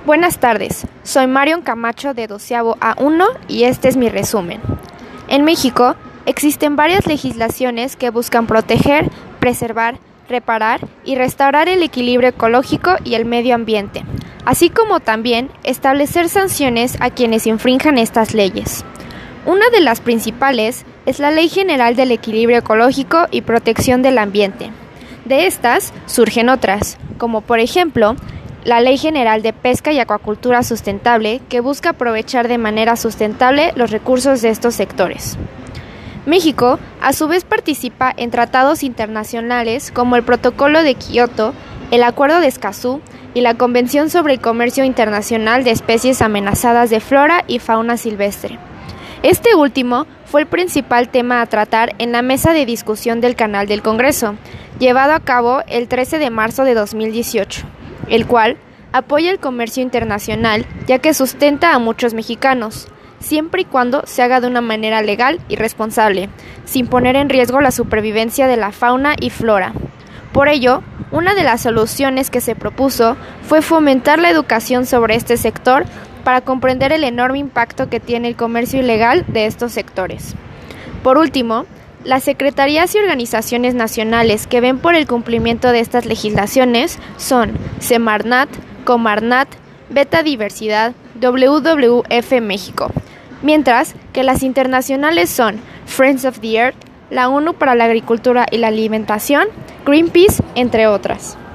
Buenas tardes, soy Marion Camacho de 12º A1 y este es mi resumen. En México existen varias legislaciones que buscan proteger, preservar, reparar y restaurar el equilibrio ecológico y el medio ambiente, así como también establecer sanciones a quienes infrinjan estas leyes. Una de las principales es la Ley General del Equilibrio Ecológico y Protección del Ambiente. De estas surgen otras, como por ejemplo, la Ley General de Pesca y Acuacultura Sustentable, que busca aprovechar de manera sustentable los recursos de estos sectores. México, a su vez, participa en tratados internacionales como el Protocolo de Kioto, el Acuerdo de Escazú y la Convención sobre el Comercio Internacional de Especies Amenazadas de Flora y Fauna Silvestre. Este último fue el principal tema a tratar en la mesa de discusión del Canal del Congreso, llevado a cabo el 13 de marzo de 2018, el cual apoya el comercio internacional ya que sustenta a muchos mexicanos, siempre y cuando se haga de una manera legal y responsable, sin poner en riesgo la supervivencia de la fauna y flora. Por ello, una de las soluciones que se propuso fue fomentar la educación sobre este sector para comprender el enorme impacto que tiene el comercio ilegal de estos sectores. Por último, las secretarías y organizaciones nacionales que ven por el cumplimiento de estas legislaciones son Semarnat, Comarnat, Beta Diversidad, WWF México, mientras que las internacionales son Friends of the Earth, la ONU para la Agricultura y la Alimentación, Greenpeace, entre otras.